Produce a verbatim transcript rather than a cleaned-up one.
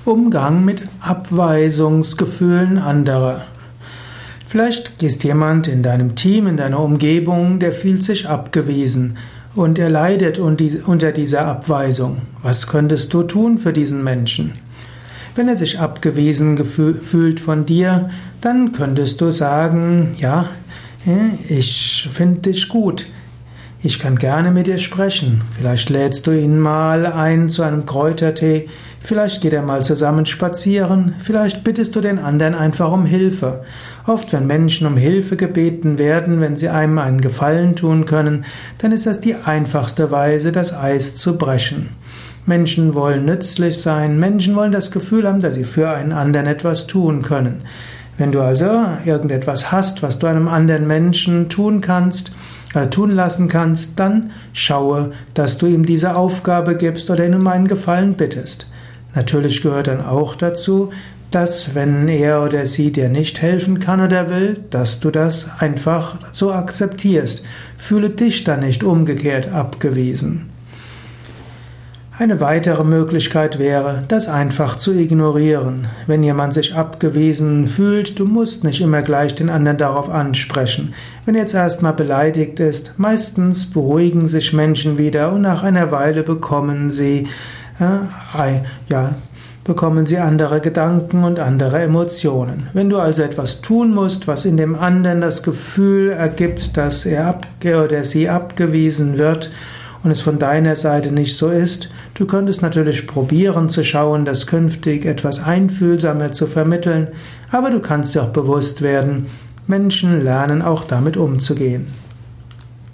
Umgang mit Abweisungsgefühlen anderer. Vielleicht ist jemand in deinem Team, in deiner Umgebung, der fühlt sich abgewiesen und er leidet unter dieser Abweisung. Was könntest du tun für diesen Menschen? Wenn er sich abgewiesen fühlt von dir, dann könntest du sagen, ja, ich finde dich gut. Ich kann gerne mit dir sprechen. Vielleicht lädst du ihn mal ein zu einem Kräutertee. Vielleicht geht er mal zusammen spazieren. Vielleicht bittest du den anderen einfach um Hilfe. Oft, wenn Menschen um Hilfe gebeten werden, wenn sie einem einen Gefallen tun können, dann ist das die einfachste Weise, das Eis zu brechen. Menschen wollen nützlich sein. Menschen wollen das Gefühl haben, dass sie für einen anderen etwas tun können. Wenn du also irgendetwas hast, was du einem anderen Menschen tun kannst, äh, tun lassen kannst, dann schaue, dass du ihm diese Aufgabe gibst oder ihn um einen Gefallen bittest. Natürlich gehört dann auch dazu, dass wenn er oder sie dir nicht helfen kann oder will, dass du das einfach so akzeptierst. Fühle dich dann nicht umgekehrt abgewiesen. Eine weitere Möglichkeit wäre, das einfach zu ignorieren. Wenn jemand sich abgewiesen fühlt, du musst nicht immer gleich den anderen darauf ansprechen. Wenn er jetzt erstmal beleidigt ist, meistens beruhigen sich Menschen wieder und nach einer Weile bekommen sie, äh, ja, bekommen sie andere Gedanken und andere Emotionen. Wenn du also etwas tun musst, was in dem anderen das Gefühl ergibt, dass er ab, oder sie abgewiesen wird, und es von deiner Seite nicht so ist, du könntest natürlich probieren zu schauen, das künftig etwas einfühlsamer zu vermitteln, aber du kannst dir auch bewusst werden, Menschen lernen auch damit umzugehen.